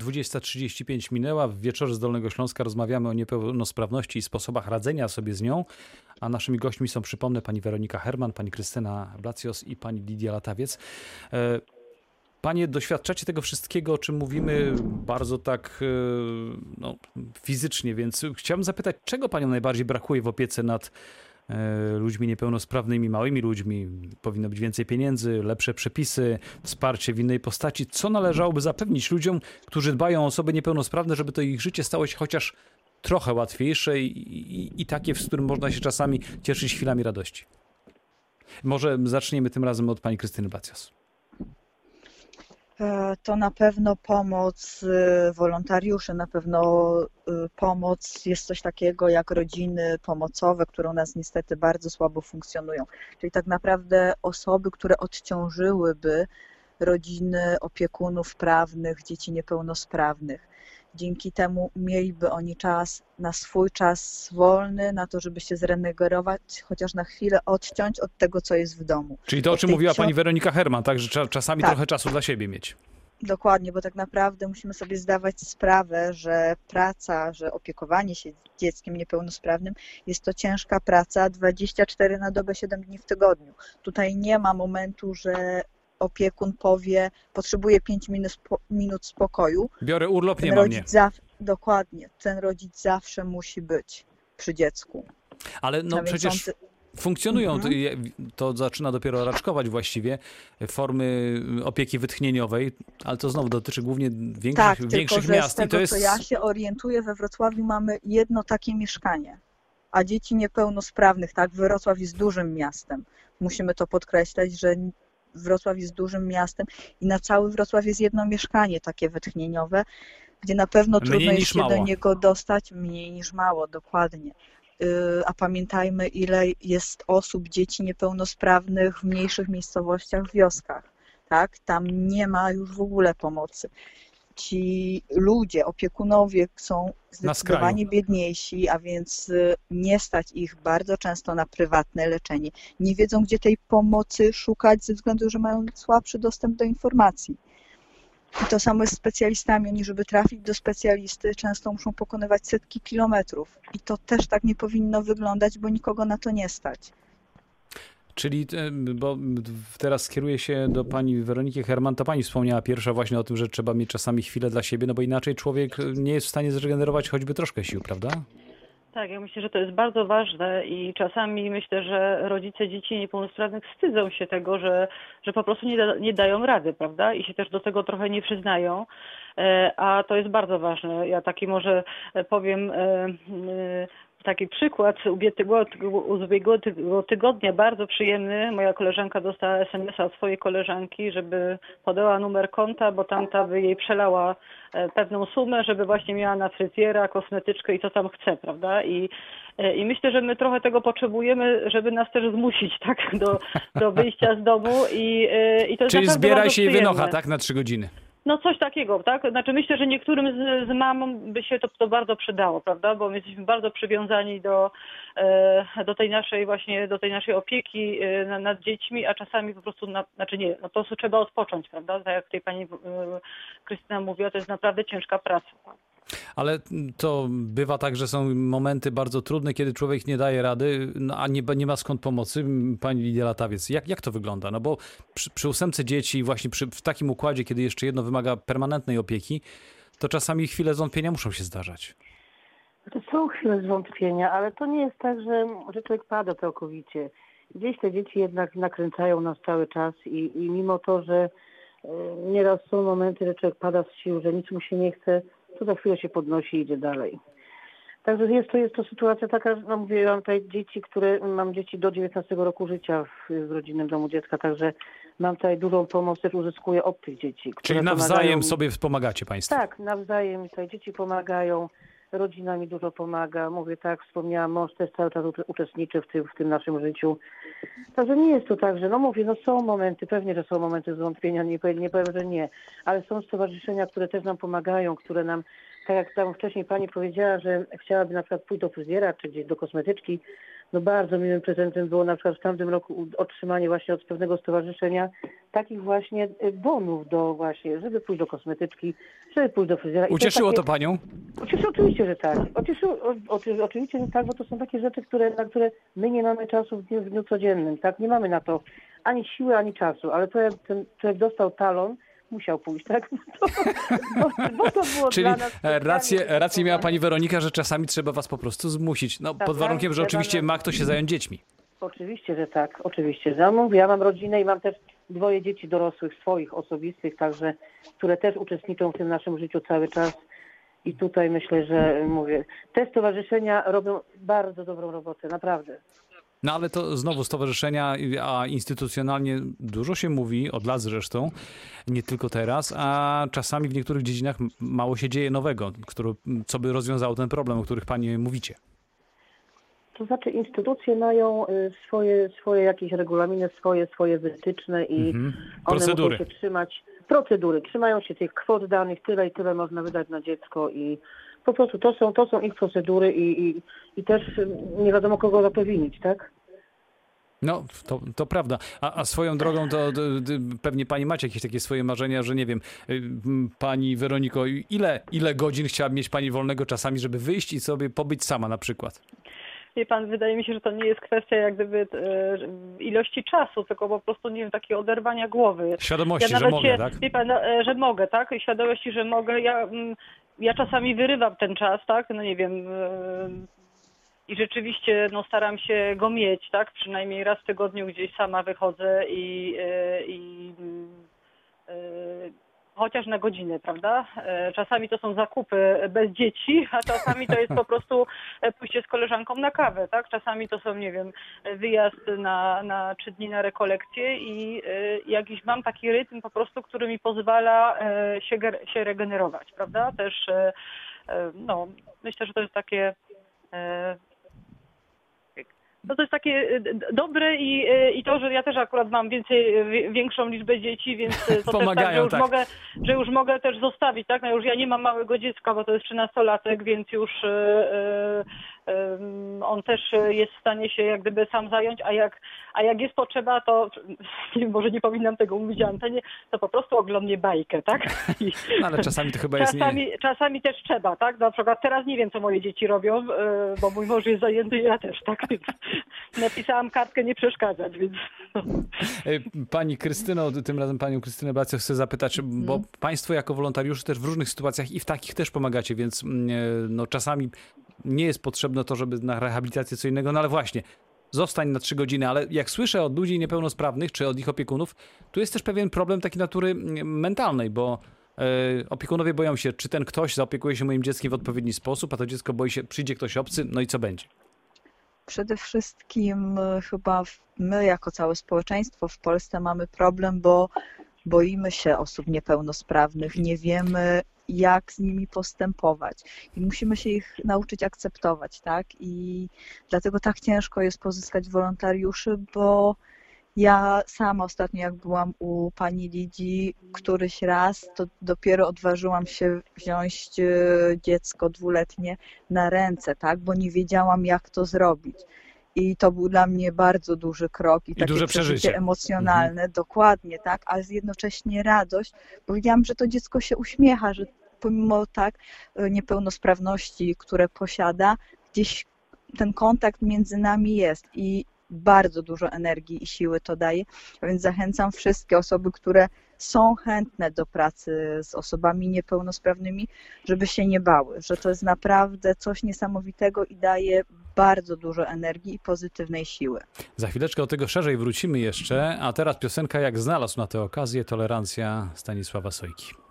20:35 minęła. W wieczorze z Dolnego Śląska rozmawiamy o niepełnosprawności i sposobach radzenia sobie z nią. A naszymi gośćmi są, przypomnę, pani Weronika Herman, pani Krystyna Blacjos i pani Lidia Latawiec. Panie, doświadczacie tego wszystkiego, o czym mówimy, bardzo tak fizycznie, więc chciałbym zapytać, czego paniom najbardziej brakuje w opiece nad ludźmi niepełnosprawnymi, małymi ludźmi? Powinno być więcej pieniędzy, lepsze przepisy, wsparcie w innej postaci. Co należałoby zapewnić ludziom, którzy dbają o osoby niepełnosprawne, żeby to ich życie stało się chociaż trochę łatwiejsze i takie, z którym można się czasami cieszyć chwilami radości? Może zaczniemy tym razem od pani Krystyny Blacjos. To na pewno pomoc wolontariuszy, na pewno pomoc, jest coś takiego jak rodziny pomocowe, które u nas niestety bardzo słabo funkcjonują. Czyli tak naprawdę osoby, które odciążyłyby rodziny opiekunów prawnych, dzieci niepełnosprawnych. Dzięki temu mieliby oni czas na swój czas wolny, na to, żeby się zregenerować, chociaż na chwilę odciąć od tego, co jest w domu. Czyli to, o czym mówiła pani Weronika Herman, tak, że czasami trochę czasu dla siebie mieć. Dokładnie, bo tak naprawdę musimy sobie zdawać sprawę, że praca, że opiekowanie się dzieckiem niepełnosprawnym jest to ciężka praca 24 na dobę, 7 dni w tygodniu. Tutaj nie ma momentu, że opiekun powie, potrzebuje 5 minut spokoju. Biorę urlop, nie mam mnie. Dokładnie, ten rodzic zawsze musi być przy dziecku. Ale przecież funkcjonują, to zaczyna dopiero raczkować właściwie, formy opieki wytchnieniowej, ale to znowu dotyczy głównie większych miast. Z tego, co ja się orientuję, we Wrocławiu mamy jedno takie mieszkanie, a dzieci niepełnosprawnych, tak, Wrocław jest dużym miastem. Musimy to podkreślać, że Wrocław jest dużym miastem i na cały Wrocław jest jedno mieszkanie takie wytchnieniowe, gdzie na pewno trudno jest się do niego dostać, mniej niż mało, dokładnie. A pamiętajmy, ile jest osób, dzieci niepełnosprawnych w mniejszych miejscowościach, w wioskach, tak? Tam nie ma już w ogóle pomocy. Ci ludzie, opiekunowie są zdecydowanie biedniejsi, a więc nie stać ich bardzo często na prywatne leczenie. Nie wiedzą, gdzie tej pomocy szukać ze względu, że mają słabszy dostęp do informacji. I to samo jest z specjalistami. Oni, żeby trafić do specjalisty, często muszą pokonywać setki kilometrów. I to też tak nie powinno wyglądać, bo nikogo na to nie stać. Czyli, bo teraz skieruję się do pani Weroniki Herman, to pani wspomniała pierwsza właśnie o tym, że trzeba mieć czasami chwilę dla siebie, no bo inaczej człowiek nie jest w stanie zregenerować choćby troszkę sił, prawda? Tak, ja myślę, że to jest bardzo ważne i czasami myślę, że rodzice dzieci niepełnosprawnych wstydzą się tego, że po prostu nie dają rady, prawda? I się też do tego trochę nie przyznają, a to jest bardzo ważne. Ja taki może powiem taki przykład z ubiegłego tygodnia, bardzo przyjemny. Moja koleżanka dostała SMS-a od swojej koleżanki, żeby podała numer konta, bo tamta by jej przelała pewną sumę, żeby właśnie miała na fryzjera, kosmetyczkę i co tam chce, prawda? I myślę, że my trochę tego potrzebujemy, żeby nas też zmusić, tak, do wyjścia z domu i to jest. Czyli zbieraj się i wynocha, tak, na 3 godziny. No coś takiego, tak? Znaczy myślę, że niektórym z mamą by się to bardzo przydało, prawda? Bo my jesteśmy bardzo przywiązani do tej naszej opieki nad dziećmi, a czasami po prostu, po prostu trzeba odpocząć, prawda? Tak jak tutaj pani Krystyna mówiła, to jest naprawdę ciężka praca. Tak? Ale to bywa tak, że są momenty bardzo trudne, kiedy człowiek nie daje rady, a nie ma skąd pomocy. Pani Lidia Latawiec, jak to wygląda? No bo przy 8 dzieci, właśnie w takim układzie, kiedy jeszcze jedno wymaga permanentnej opieki, to czasami chwile zwątpienia muszą się zdarzać. To są chwile zwątpienia, ale to nie jest tak, że człowiek pada całkowicie. Gdzieś te dzieci jednak nakręcają nas cały czas i mimo to, że nieraz są momenty, że człowiek pada z sił, że nic mu się nie chce, to za chwilę się podnosi i idzie dalej. Także jest to sytuacja taka, no mówię, mam tutaj mam dzieci do 19 roku życia w rodzinnym domu dziecka, także mam tutaj dużą pomoc, też uzyskuję od tych dzieci. Czyli nawzajem sobie wspomagacie państwo? Tak, nawzajem. Tutaj dzieci pomagają, rodzina mi dużo pomaga. Mówię tak, wspomniałam, mąż też cały czas uczestniczy w tym naszym życiu. Także nie jest to tak, że są momenty, pewnie, że są momenty zwątpienia, nie powiem, że nie, ale są stowarzyszenia, które też nam pomagają, które nam, tak jak tam wcześniej pani powiedziała, że chciałaby na przykład pójść do fryzjera czy gdzieś do kosmetyczki, no bardzo miłym prezentem było na przykład w tamtym roku otrzymanie właśnie od pewnego stowarzyszenia takich właśnie bonów do właśnie, żeby pójść do kosmetyczki, żeby pójść do fryzjera. Ucieszyło to panią? Oczywiście, że tak. Oczywiście, że tak, bo to są takie rzeczy, na które my nie mamy czasu w dniu codziennym, tak? Nie mamy na to ani siły, ani czasu, ale to jak ten człowiek dostał talon, musiał pójść, tak? Bo to było Czyli dla nas rację miała pani Weronika, że czasami trzeba was po prostu zmusić. No, pod warunkiem, że oczywiście ma kto się zająć dziećmi. Oczywiście, że tak. Oczywiście. Ja mam rodzinę i mam też 2 dzieci dorosłych, swoich, osobistych, także, które też uczestniczą w tym naszym życiu cały czas. I tutaj myślę, że mówię, te stowarzyszenia robią bardzo dobrą robotę, naprawdę. No ale to znowu stowarzyszenia, a instytucjonalnie dużo się mówi, od lat zresztą, nie tylko teraz, a czasami w niektórych dziedzinach mało się dzieje nowego, co by rozwiązało ten problem, o których pani mówicie. To znaczy instytucje mają swoje jakieś regulaminy, swoje wytyczne i one muszą się trzymać procedury, trzymają się tych kwot danych, tyle i tyle można wydać na dziecko i po prostu to są ich procedury i też nie wiadomo kogo zapewnić, tak? No, to prawda. A swoją drogą to pewnie pani macie jakieś takie swoje marzenia, że nie wiem, pani Weroniko, ile godzin chciałaby mieć pani wolnego czasami, żeby wyjść i sobie pobyć sama na przykład? Wie pan, wydaje mi się, że to nie jest kwestia jak gdyby ilości czasu, tylko po prostu, nie wiem, takiego oderwania głowy. Świadomości, że mogę, tak? Wie pan, że mogę, tak? Świadomości, że mogę. Ja czasami wyrywam ten czas, tak? No nie wiem. I rzeczywiście staram się go mieć, tak? Przynajmniej raz w tygodniu gdzieś sama wychodzę chociaż na godzinę, prawda? Czasami to są zakupy bez dzieci, a czasami to jest po prostu pójście z koleżanką na kawę, tak? Czasami to są, nie wiem, wyjazd na 3 dni na rekolekcję i jakiś mam taki rytm po prostu, który mi pozwala się regenerować, prawda? Też, myślę, że to jest takie... No to jest takie dobre i to, że ja też akurat mam większą liczbę dzieci, więc to pomagają, też tak, że już mogę też zostawić, tak? No już ja nie mam małego dziecka, bo to jest 13-latek, więc już on też jest w stanie się jak gdyby sam zająć, a jak jest potrzeba, to może nie powinnam tego mówić na antenie, to po prostu oglądnie bajkę, tak? No, ale czasami to chyba jest czasami też trzeba, tak? Na przykład teraz nie wiem, co moje dzieci robią, bo mój mąż jest zajęty i ja też, tak? Więc napisałam kartkę nie przeszkadzać, więc... Pani Krystyno, tym razem panią Krystynę Bacjo chcę zapytać, bo państwo jako wolontariusze też w różnych sytuacjach i w takich też pomagacie, więc czasami nie jest potrzebne to, żeby na rehabilitację co innego, no ale właśnie, zostań na 3 godziny, ale jak słyszę od ludzi niepełnosprawnych, czy od ich opiekunów, tu jest też pewien problem takiej natury mentalnej, bo opiekunowie boją się, czy ten ktoś zaopiekuje się moim dzieckiem w odpowiedni sposób, a to dziecko boi się, przyjdzie ktoś obcy, no i co będzie? Przede wszystkim chyba my jako całe społeczeństwo w Polsce mamy problem, bo boimy się osób niepełnosprawnych, nie wiemy jak z nimi postępować i musimy się ich nauczyć akceptować, tak? I dlatego tak ciężko jest pozyskać wolontariuszy, bo ja sama ostatnio jak byłam u pani Lidii któryś raz, to dopiero odważyłam się wziąć dziecko 2-letnie na ręce, tak? Bo nie wiedziałam jak to zrobić. I to był dla mnie bardzo duży krok i takie duże przeżycie emocjonalne, dokładnie, tak, ale jednocześnie radość, bo wiedziałam, że to dziecko się uśmiecha, że pomimo tak niepełnosprawności, które posiada, gdzieś ten kontakt między nami jest i bardzo dużo energii i siły to daje, a więc zachęcam wszystkie osoby, które są chętne do pracy z osobami niepełnosprawnymi, żeby się nie bały, że to jest naprawdę coś niesamowitego i daje bardzo dużo energii i pozytywnej siły. Za chwileczkę do tego szerzej wrócimy jeszcze, a teraz piosenka Jak znalazł na tę okazję, Tolerancja Stanisława Sojki.